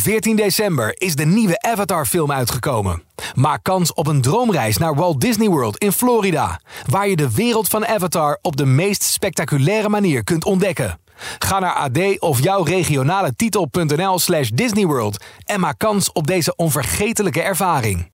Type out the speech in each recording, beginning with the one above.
14 december is de nieuwe Avatar-film uitgekomen. Maak kans op een droomreis naar Walt Disney World in Florida, waar je de wereld van Avatar op de meest spectaculaire manier kunt ontdekken. Ga naar AD of jouw regionale titel.nl/Disneyworld en maak kans op deze onvergetelijke ervaring.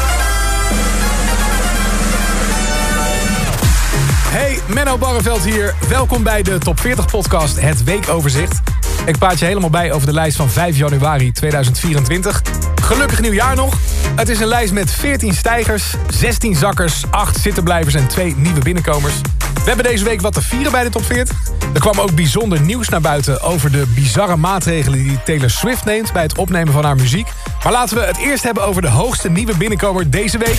Hey, Menno Barreveld hier. Welkom bij de Top 40 podcast, het weekoverzicht. Ik praat je helemaal bij over de lijst van 5 januari 2024. Gelukkig nieuwjaar nog. Het is een lijst met 14 stijgers, 16 zakkers, 8 zittenblijvers en 2 nieuwe binnenkomers. We hebben deze week wat te vieren bij de Top 40. Er kwam ook bijzonder nieuws naar buiten over de bizarre maatregelen die Taylor Swift neemt bij het opnemen van haar muziek. Maar laten we het eerst hebben over de hoogste nieuwe binnenkomer deze week.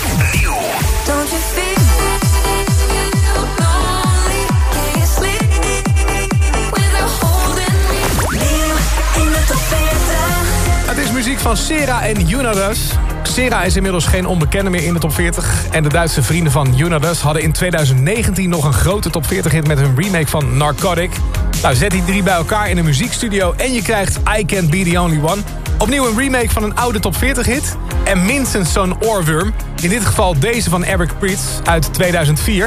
Het is muziek van Sera en Jonas. Sera is inmiddels geen onbekende meer in de top 40. En de Duitse vrienden van Jonas hadden in 2019 nog een grote top 40 hit met hun remake van Narcotic. Nou, zet die 3 bij elkaar in een muziekstudio en je krijgt I Can't Be The Only One. Opnieuw een remake van een oude top 40 hit. En minstens zo'n oorworm. In dit geval deze van Eric Prydz uit 2004.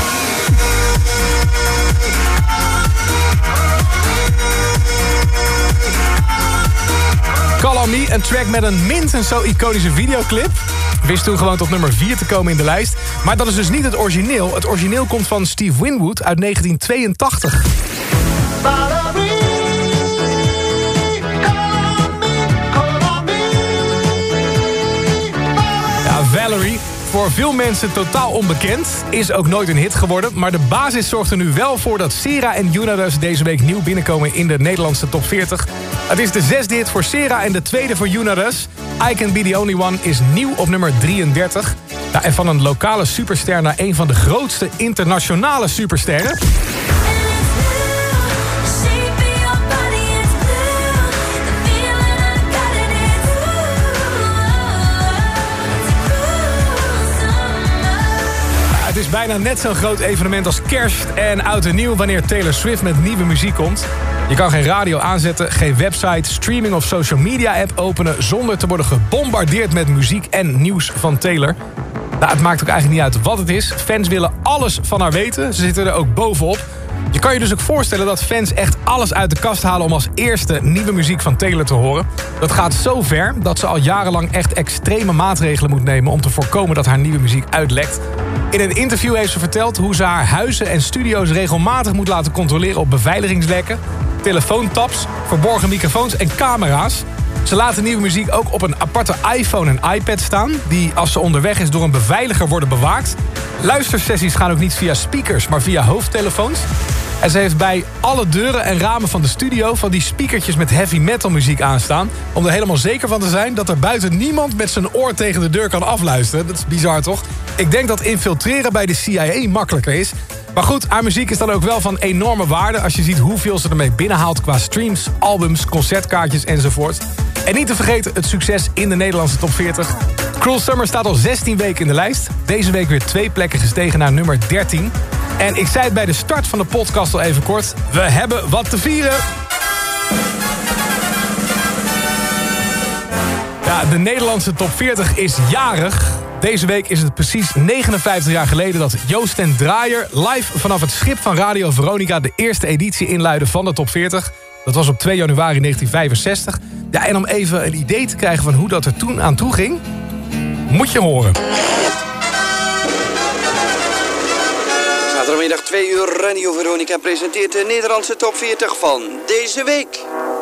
Call On Me, een track met een minstens zo iconische videoclip. Wist toen gewoon tot nummer 4 te komen in de lijst. Maar dat is dus niet het origineel. Het origineel komt van Steve Winwood uit 1982. Ja, Valerie. Voor veel mensen totaal onbekend, is ook nooit een hit geworden. Maar de basis zorgt er nu wel voor dat Sera en Jonas deze week nieuw binnenkomen in de Nederlandse top 40. Het is de 6e hit voor Sera en de 2e voor Jonas. I Can Be The Only One is nieuw op nummer 33. Ja, en van een lokale superster naar een van de grootste internationale supersterren. Het is bijna net zo'n groot evenement als kerst en oud en nieuw wanneer Taylor Swift met nieuwe muziek komt. Je kan geen radio aanzetten, geen website, streaming of social media app openen zonder te worden gebombardeerd met muziek en nieuws van Taylor. Nou, het maakt ook eigenlijk niet uit wat het is. Fans willen alles van haar weten. Ze zitten er ook bovenop. Je kan je dus ook voorstellen dat fans echt alles uit de kast halen om als eerste nieuwe muziek van Taylor te horen. Dat gaat zo ver dat ze al jarenlang echt extreme maatregelen moet nemen om te voorkomen dat haar nieuwe muziek uitlekt. In een interview heeft ze verteld hoe ze haar huizen en studio's regelmatig moet laten controleren op beveiligingslekken, telefoontaps, verborgen microfoons en camera's. Ze laten nieuwe muziek ook op een aparte iPhone en iPad staan, die als ze onderweg is door een beveiliger worden bewaakt. Luistersessies gaan ook niet via speakers, maar via hoofdtelefoons. En ze heeft bij alle deuren en ramen van de studio van die speakertjes met heavy metal muziek aanstaan, om er helemaal zeker van te zijn dat er buiten niemand met zijn oor tegen de deur kan afluisteren. Dat is bizar, toch? Ik denk dat infiltreren bij de CIA makkelijker is. Maar goed, haar muziek is dan ook wel van enorme waarde als je ziet hoeveel ze ermee binnenhaalt qua streams, albums, concertkaartjes enzovoort. En niet te vergeten het succes in de Nederlandse top 40. Cruel Summer staat al 16 weken in de lijst. Deze week weer 2 plekken gestegen naar nummer 13. En ik zei het bij de start van de podcast al even kort. We hebben wat te vieren. Ja, de Nederlandse top 40 is jarig. Deze week is het precies 59 jaar geleden dat Joost en Draaier live vanaf het schip van Radio Veronica de eerste editie inluidde van de top 40. Dat was op 2 januari 1965. Ja, en om even een idee te krijgen van hoe dat er toen aan toe ging, moet je horen. Zaterdagmiddag 2 uur, Radio Veronica presenteert de Nederlandse top 40 van deze week.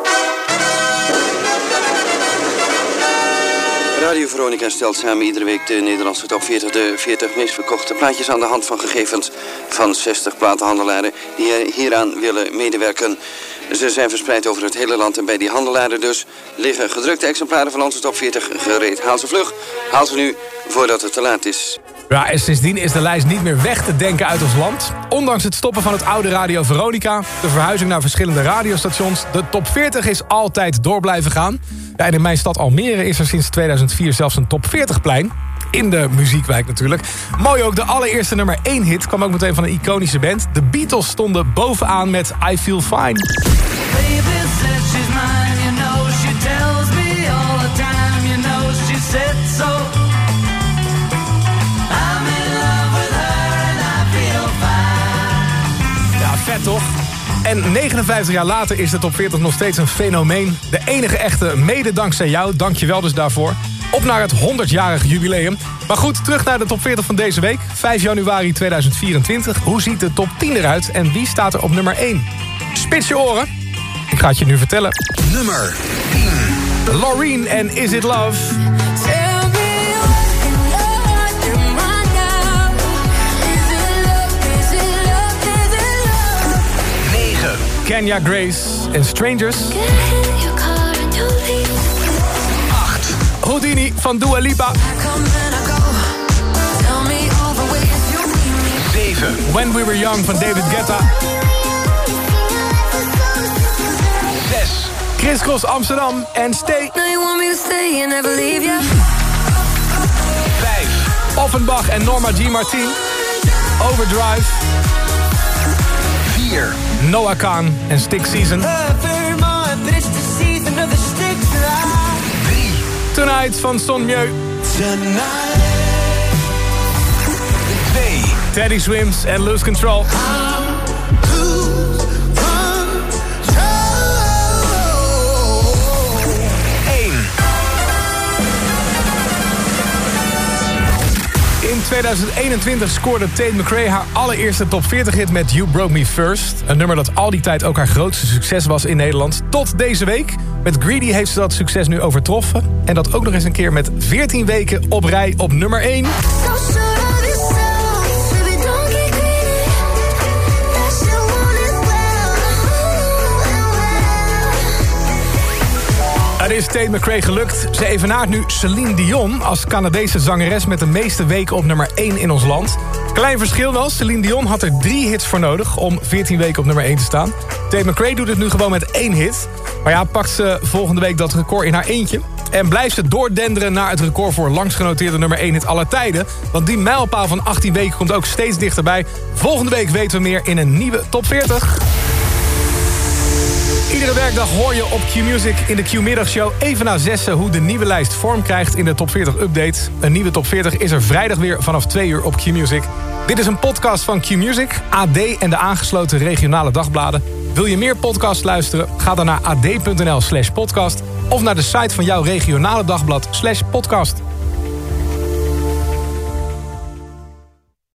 Radio Veronica stelt samen iedere week de Nederlandse top 40, de 40 meest verkochte plaatjes aan de hand van gegevens van 60 platenhandelaren die hieraan willen medewerken. Ze zijn verspreid over het hele land en bij die handelaren dus liggen gedrukte exemplaren van onze top 40 gereed. Haal ze vlug, haal ze nu voordat het te laat is. Ja, en sindsdien is de lijst niet meer weg te denken uit ons land. Ondanks het stoppen van het oude Radio Veronica, de verhuizing naar verschillende radiostations, de top 40 is altijd door blijven gaan. Ja, en in mijn stad Almere is er sinds 2004 zelfs een top 40-plein. In de muziekwijk natuurlijk. Mooi ook, de allereerste nummer 1 hit kwam ook meteen van een iconische band. De Beatles stonden bovenaan met I Feel Fine. Baby says she's mine, you know she tells me all toch? En 59 jaar later is de top 40 nog steeds een fenomeen. De enige echte, mede dankzij jou. Dank je wel dus daarvoor. Op naar het 100-jarig jubileum. Maar goed, terug naar de top 40 van deze week. 5 januari 2024. Hoe ziet de top 10 eruit en wie staat er op nummer 1? Spits je oren. Ik ga het je nu vertellen. Nummer 10. Loreen en Is It Love. 9. Kenya Grace en Strangers. 8. Houdini van Dua Lipa. 7. When We Were Young van David Guetta. 6. Chris Cross Amsterdam en Stay. 5. Offenbach en Norma G. Martin. Overdrive. 4. Noah Khan en Stick Season. 3. Tonight van Son Mieu. 2. Teddy Swims en Lose Control. 1. In 2021 scoorde Tate McRae haar allereerste top 40 hit met You Broke Me First. Een nummer dat al die tijd ook haar grootste succes was in Nederland. Tot deze week. Met Greedy heeft ze dat succes nu overtroffen. En dat ook nog eens een keer met 14 weken op rij op nummer 1. Het is Tate McRae gelukt. Ze evenaart nu Celine Dion als Canadese zangeres met de meeste weken op nummer 1 in ons land. Klein verschil wel, Celine Dion had er 3 hits voor nodig om 14 weken op nummer 1 te staan. Tate McRae doet het nu gewoon met 1 hit. Maar ja, pakt ze volgende week dat record in haar eentje. En blijft ze doordenderen naar het record voor langsgenoteerde nummer 1 hit aller tijden. Want die mijlpaal van 18 weken komt ook steeds dichterbij. Volgende week weten we meer in een nieuwe top 40. Iedere werkdag hoor je op Q-Music in de Q-middagshow even na 6 hoe de nieuwe lijst vorm krijgt in de Top 40 Update. Een nieuwe Top 40 is er vrijdag weer vanaf 2 uur op Q-Music. Dit is een podcast van Q-Music, AD en de aangesloten regionale dagbladen. Wil je meer podcasts luisteren? Ga dan naar ad.nl/podcast of naar de site van jouw regionale dagblad /podcast.